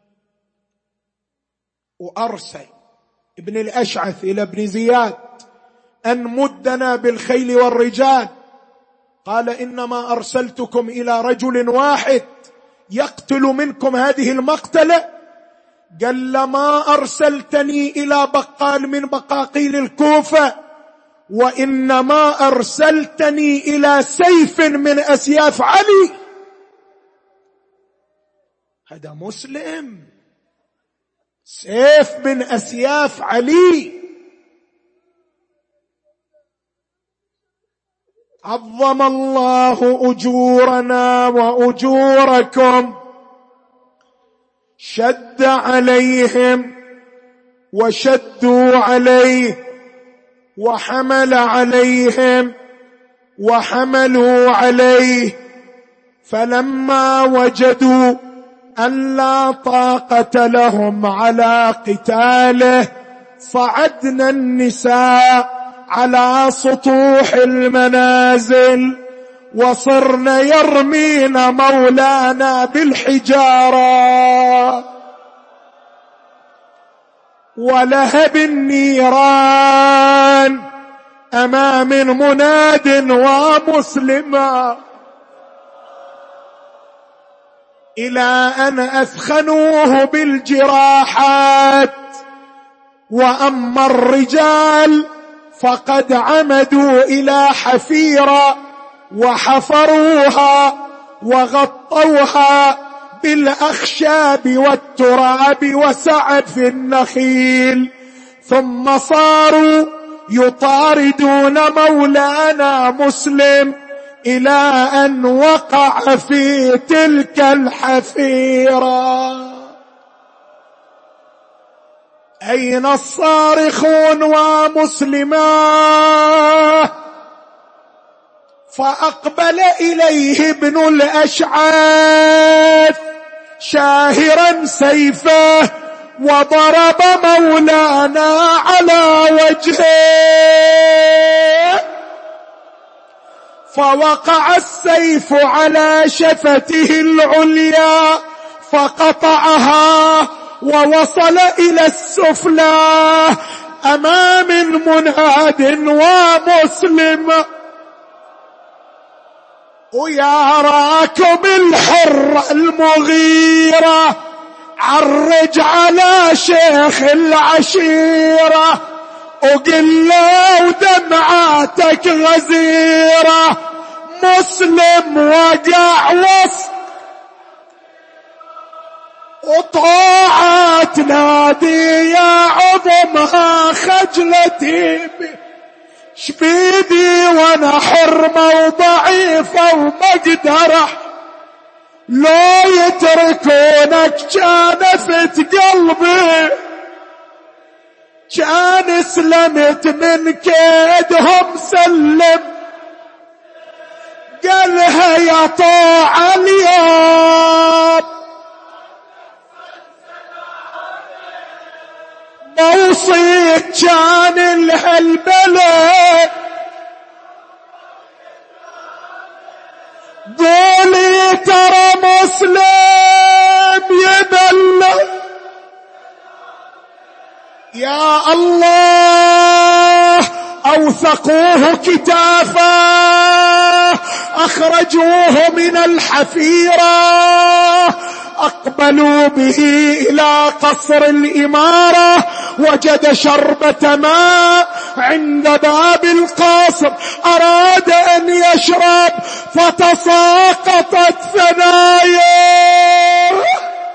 وأرسل ابن الأشعث إلى ابن زياد أن مدنا بالخيل والرجال. قال إنما أرسلتكم إلى رجل واحد يقتل منكم هذه المقتلة. قال ما أرسلتني إلى بقال من بقاقيل الكوفة، وإنما أرسلتني إلى سيف من أسياف علي. هذا مسلم، سيف من أسياف علي. عظم الله أجورنا وأجوركم. شد عليهم وشدوا عليه، وحمل عليهم وحملوا عليه. فلما وجدوا أن لا طاقة لهم على قتاله، صعدنا النساء على سطوح المنازل، وصرن يرمين مولانا بالحجارة ولهب النيران أمام مناد ومسلما، إلى أن أثخنوه بالجراحات. وأما الرجال فقد عمدوا إلى حفيرة وحفروها وغطوها بالأخشاب والتراب وسعف النخيل، ثم صاروا يطاردون مولانا مسلم إلى أن وقع في تلك الحفيرة. أين الصارخون ومسلما؟ فأقبل إليه ابن الأشعث شاهرا سيفه، وضرب مولانا على وجهه، فوقع السيف على شفته العليا فقطعها، ووصل إلى السفلى أمام مناد ومسلم. ويا راكب الحر المغيرة، عرج على شيخ العشيرة، وقل له دمعاتك غزيرة، مسلم وقع وسط وطاعت نادي يا عظمها خجلتي، شبيدي وانا حرمة وضعيفة ومقدرة، لو يتركونك كان فت قلبي، كان سلمت من كيدهم سلم. قالها يا طاع اليوم موصيك كان لهالبلد، قولي ترى مسلم يبلغ يا الله. أوثقوه كتافا، أخرجوه من الحفيرة، أقبلوا به إلى قصر الإمارة، وجد شربة ماء عند باب القصر، أراد أن يشرب فتساقطت ثناياه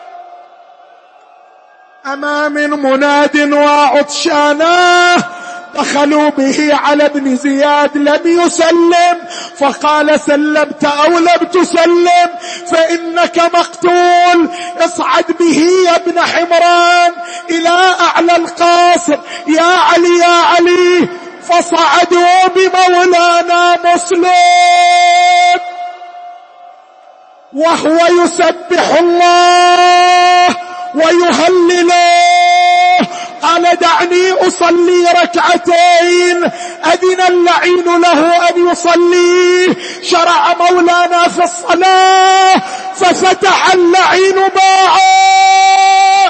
أمام مناد وعطشاناه. دخلوا به على ابن زياد لم يسلم، فقال سلمت أو لم تسلم فإنك مقتول، اصعد به يا ابن حمران إلى أعلى القصر يا علي يا علي. فصعدوا بمولانا مسلم وهو يسبح الله ويهلله. قال دعني أصلي ركعتين، أذن اللعين له أن يصلي. شرع مولانا في الصلاة ففتح اللعين باعا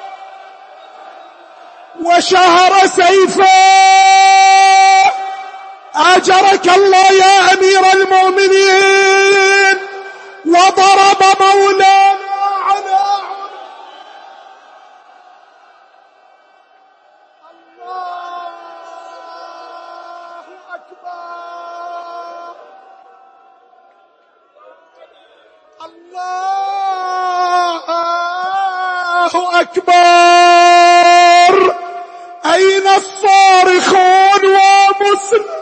وشهر سيفا. أجرك الله يا أمير المؤمنين. وضرب مولانا على الله أكبر الله أكبر. أين الصارخون ومسلم؟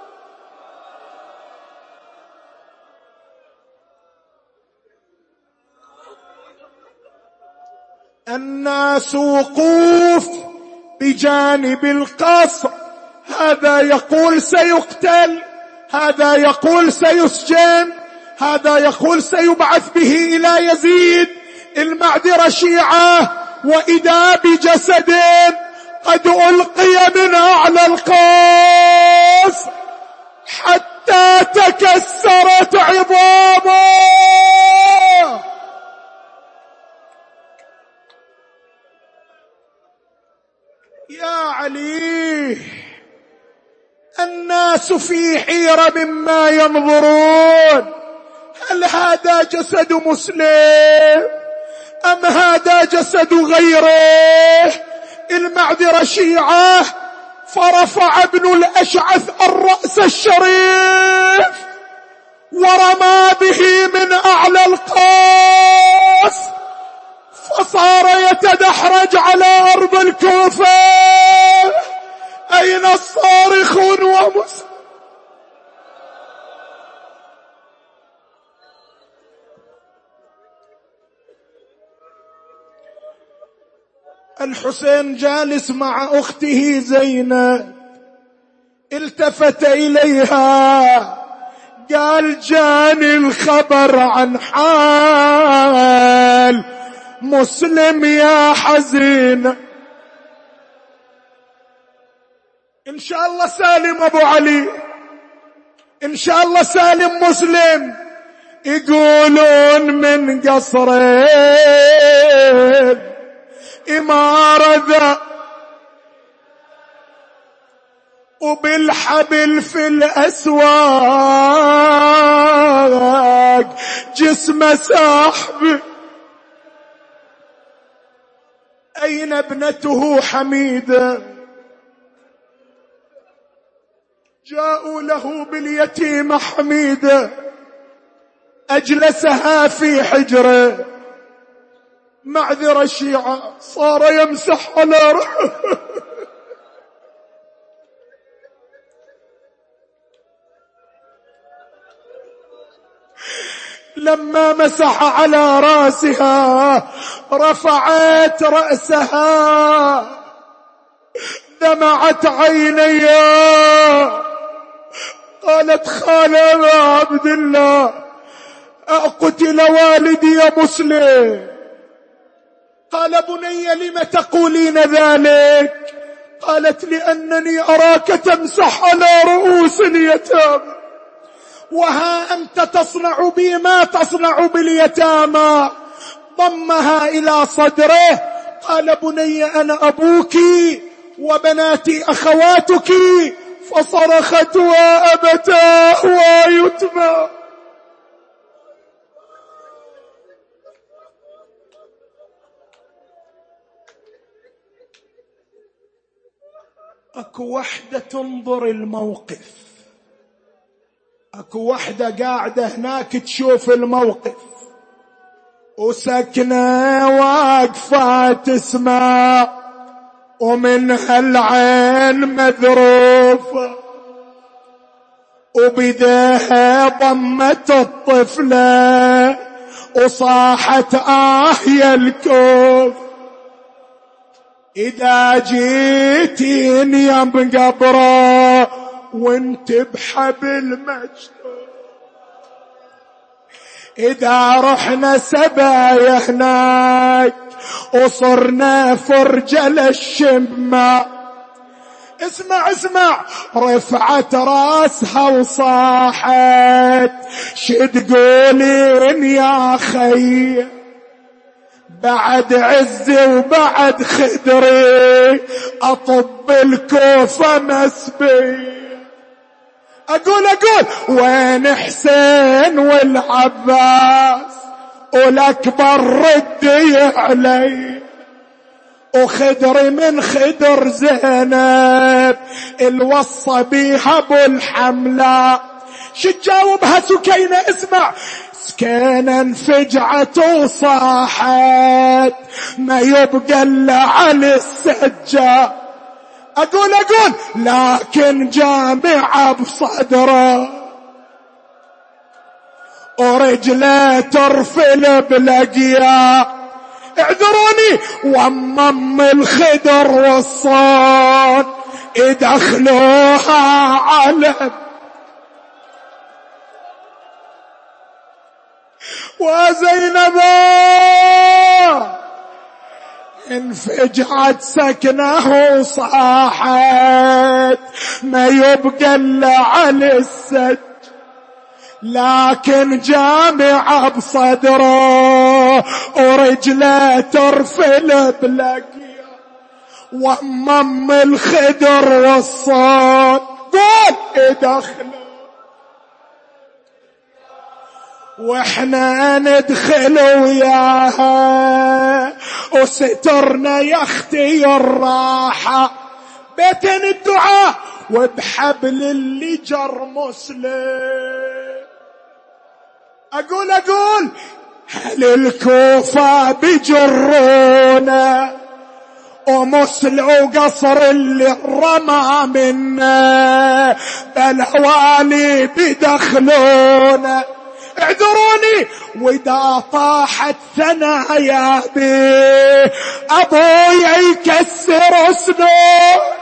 الناس وقوف بجانب القصر، هذا يقول سيقتل، هذا يقول سيسجن، هذا يقول سيبعث به إلى يزيد. المعذرة شيعة، وإذا بجسد قد ألقي من أعلى القصر حتى تكسرت عظامه. يا علي، الناس في حيرة مما ينظرون. هل هذا جسد مسلم أم هذا جسد غيره؟ المعذرة شيعة. فرفع ابن الأشعث الرأس الشريف ورمى به من أعلى القاص، فصار يتدحرج على أرض الكوفة. أين الصارخون ومسلم؟ الحسين جالس مع أخته زينب، التفت إليها قال جاني الخبر عن حال مسلم يا حزين. إن شاء الله سالم أبو علي، إن شاء الله سالم مسلم. يقولون من قصرين إمارة ذا وبالحبل في الأسواق جسم ساحب. أين ابنته حميدة؟ جاءوا له باليتيمة حميدة، أجلسها في حجره. معذرة الشيعة، صار يمسح على رأسه. لما مسح على رأسها رفعت رأسها، دمعت عينيها، قالت خالة عبد الله أقتل والدي يا مسلم. قال بني لم تقولين ذلك؟ قالت لأنني أراك تمسح على رؤوس اليتامى، وها أنت تصنع بي ما تصنع باليتامى. ضمها إلى صدره. قال بني أنا أبوك وبناتي أخواتك. فصرخت وأبتاه ويتمى. اكو وحدة تنظر الموقف، اكو وحدة قاعدة هناك تشوف الموقف، وسكنة واقفة تسمع. ومن هالعين مذروفة وبداها ضمت الطفلة وصاحت آه يا الكوف إذا جيتين يا بقبره وانت بحبل مجنون، إذا رحنا سبايا هناك وصرنا فرجل الشمة، اسمع اسمع رفعت راسها وصاحت شتقولين يا خي بعد عزي وبعد خدري أطب الكوفة مسبي. أقول أقول وين حسين والعباس والأكبر ردي علي وخدر من خدر زينب الوصى بيها ابو الحملة. شتجاوبها سكينة؟ اسمع سكينة انفجعت وصاحت ما يبقى الا على السجة. اقول اقول لكن جامعة بصدره ورجله ترفل بلقيا. اعذروني ومم الخدر والصان يدخلوها على وزينبا انفجعت سكنه وصاحت ما يبقى الا على السج، لكن جامعة بصدره ورجله ترفل بلقيا ومم الخدر والصوت. قول ادخلوا واحنا ندخل وياها وسترنا يا اختي الراحة بيتين الدعاء وبحبل اللي جر مسلم. اقول اقول هل الكوفة بجرونا ومسل وقصر اللي رمى منا بالهوالي بدخلونا. اعذروني واذا طاحت ثنايا بي ابويا يكسر سنون